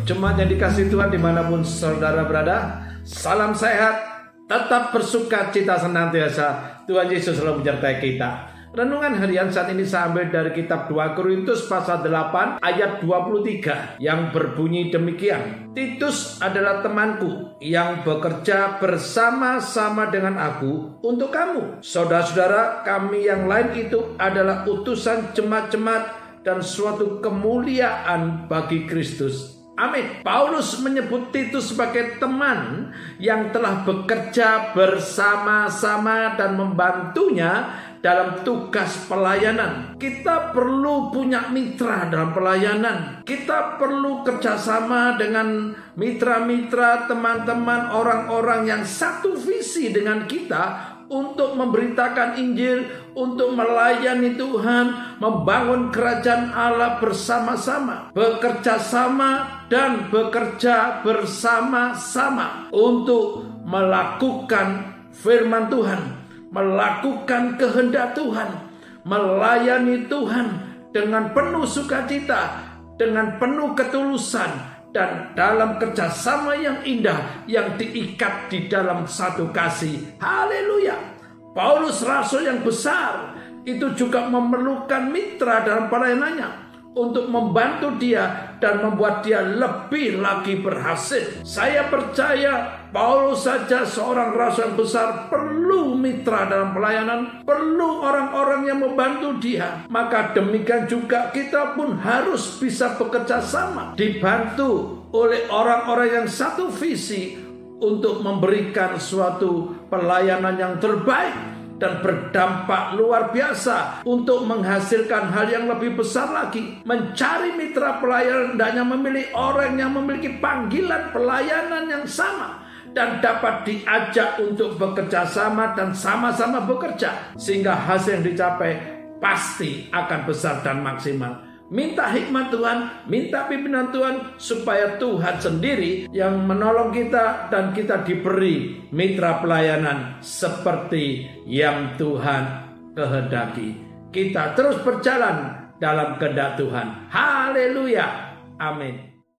Jemaat yang dikasihi Tuhan dimanapun saudara berada, salam sehat, tetap bersuka cita senantiasa. Tuhan Yesus selalu menyertai kita. Renungan harian saat ini saya ambil dari kitab 2 Korintus pasal 8 ayat 23 yang berbunyi demikian. Titus adalah temanku yang bekerja bersama-sama dengan aku untuk kamu. Saudara-saudara, kami yang lain itu adalah utusan jemaat-jemaat dan suatu kemuliaan bagi Kristus. Amin. Paulus menyebut Titus sebagai teman yang telah bekerja bersama-sama dan membantunya dalam tugas pelayanan. Kita perlu punya mitra dalam pelayanan. Kita perlu kerjasama dengan mitra-mitra, teman-teman, orang-orang yang satu visi dengan kita untuk memberitakan Injil, untuk melayani Tuhan, membangun kerajaan Allah bersama-sama, bekerja sama dan bekerja bersama-sama untuk melakukan firman Tuhan, melakukan kehendak Tuhan, melayani Tuhan dengan penuh sukacita, dengan penuh ketulusan, dan dalam kerjasama yang indah yang diikat di dalam satu kasih. Haleluya. Paulus rasul yang besar itu juga memerlukan mitra dalam pelayanannya untuk membantu dia dan membuat dia lebih lagi berhasil. Saya percaya Paulus saja seorang rasul yang besar perlu mitra dalam pelayanan, perlu orang-orang yang membantu dia. Maka demikian juga kita pun harus bisa bekerja sama, dibantu oleh orang-orang yang satu visi untuk memberikan suatu pelayanan yang terbaik dan berdampak luar biasa untuk menghasilkan hal yang lebih besar lagi. Mencari mitra pelayanan hendaknya memilih orang yang memiliki panggilan pelayanan yang sama dan dapat diajak untuk bekerja sama dan sama-sama bekerja, sehingga hasil yang dicapai pasti akan besar dan maksimal. Minta hikmat Tuhan, minta pimpinan Tuhan, supaya Tuhan sendiri yang menolong kita dan kita diberi mitra pelayanan seperti yang Tuhan kehendaki. Kita terus berjalan dalam kehendak Tuhan. Haleluya. Amin.